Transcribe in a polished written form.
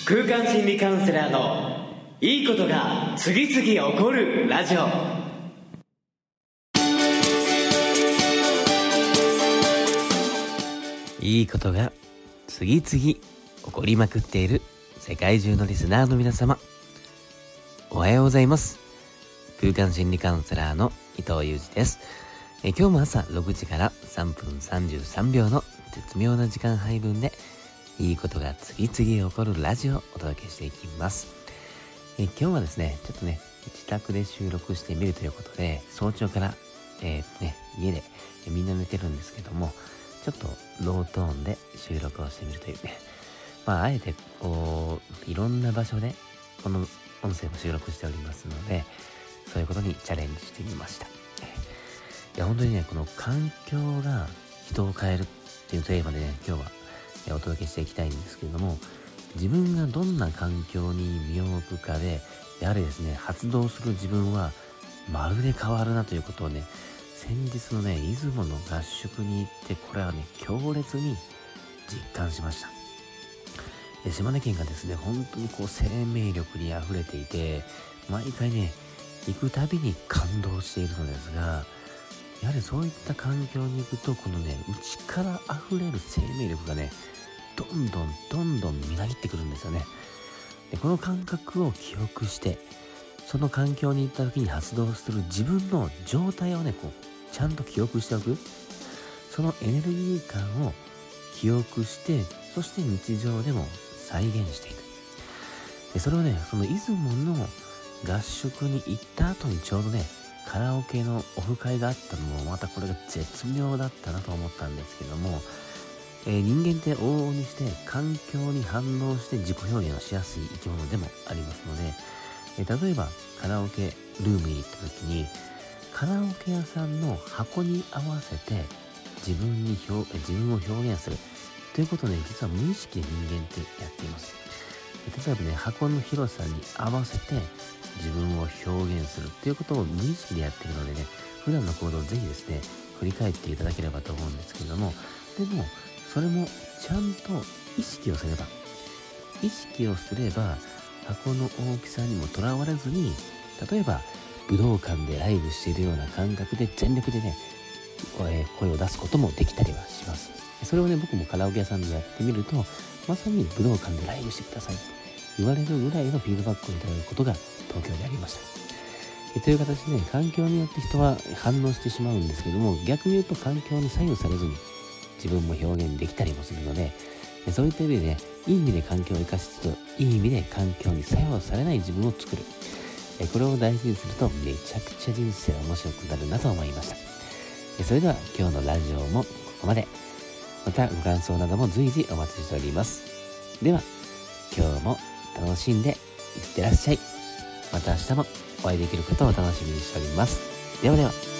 空間心理カウンセラーのいいことが次々起こるラジオ。いいことが次々起こりまくっている世界中のリスナーの皆様、おはようございます。空間心理カウンセラーの伊藤裕二です。今日も朝6時から3分33秒の絶妙な時間配分でいいことが次々起こるラジオをお届けしていきます。今日はですね、ちょっとね、自宅で収録してみるということで、早朝から、家でみんな寝てるんですけども、ちょっとロートーンで収録をしてみるというね、あえていろんな場所でこの音声も収録しておりますので、そういうことにチャレンジしてみました。いや本当にね、この環境が人を変えるっていうテーマでね、今日はお届けしていきたいんですけれども、自分がどんな環境に身を置くかで、やはりですね、発動する自分はまるで変わるなということをね、先日のね、出雲の合宿に行って、これはね、強烈に実感しました。島根県がですね、本当に生命力に溢れていて、毎回ね、行くたびに感動しているのですが、やはりそういった環境に行くと、このね、内から溢れる生命力がね、どんどんみなぎってくるんですよね。で、この感覚を記憶して、その環境に行った時に発動する自分の状態をね、ちゃんと記憶しておく。そのエネルギー感を記憶して、そして日常でも再現していく。で、それをね、その出雲の合宿に行った後にちょうどね、カラオケのオフ会があったのも、またこれが絶妙だったなと思ったんですけども、人間って往々にして環境に反応して自己表現をしやすい生き物でもありますので、例えばカラオケルームに行った時に、カラオケ屋さんの箱に合わせて自分を表現するということをね、実は無意識で人間ってやっています。例えばね、箱の広さに合わせて自分を表現するということを無意識でやっているのでね、普段の行動をぜひですね、振り返っていただければと思うんですけれども、でもそれもちゃんと意識をすれば箱の大きさにもとらわれずに、例えば武道館でライブしているような感覚で全力でね、声を出すこともできたりはします。それをね、僕もカラオケ屋さんでやってみると、まさに武道館でライブしてくださいって言われるぐらいのフィードバックをいただくことが東京でありました。という形でね、環境によって人は反応してしまうんですけども、逆に言うと環境に左右されずに自分も表現できたりもするので、そういった意味でね、いい意味で環境を生かしつつ、いい意味で環境に左右されない自分を作る。これを大事にすると、めちゃくちゃ人生面白くなるなと思いました。それでは今日のラジオもここまで。またご感想なども随時お待ちしております。では、今日も楽しんでいってらっしゃい。また明日もお会いできることを楽しみにしております。ではでは。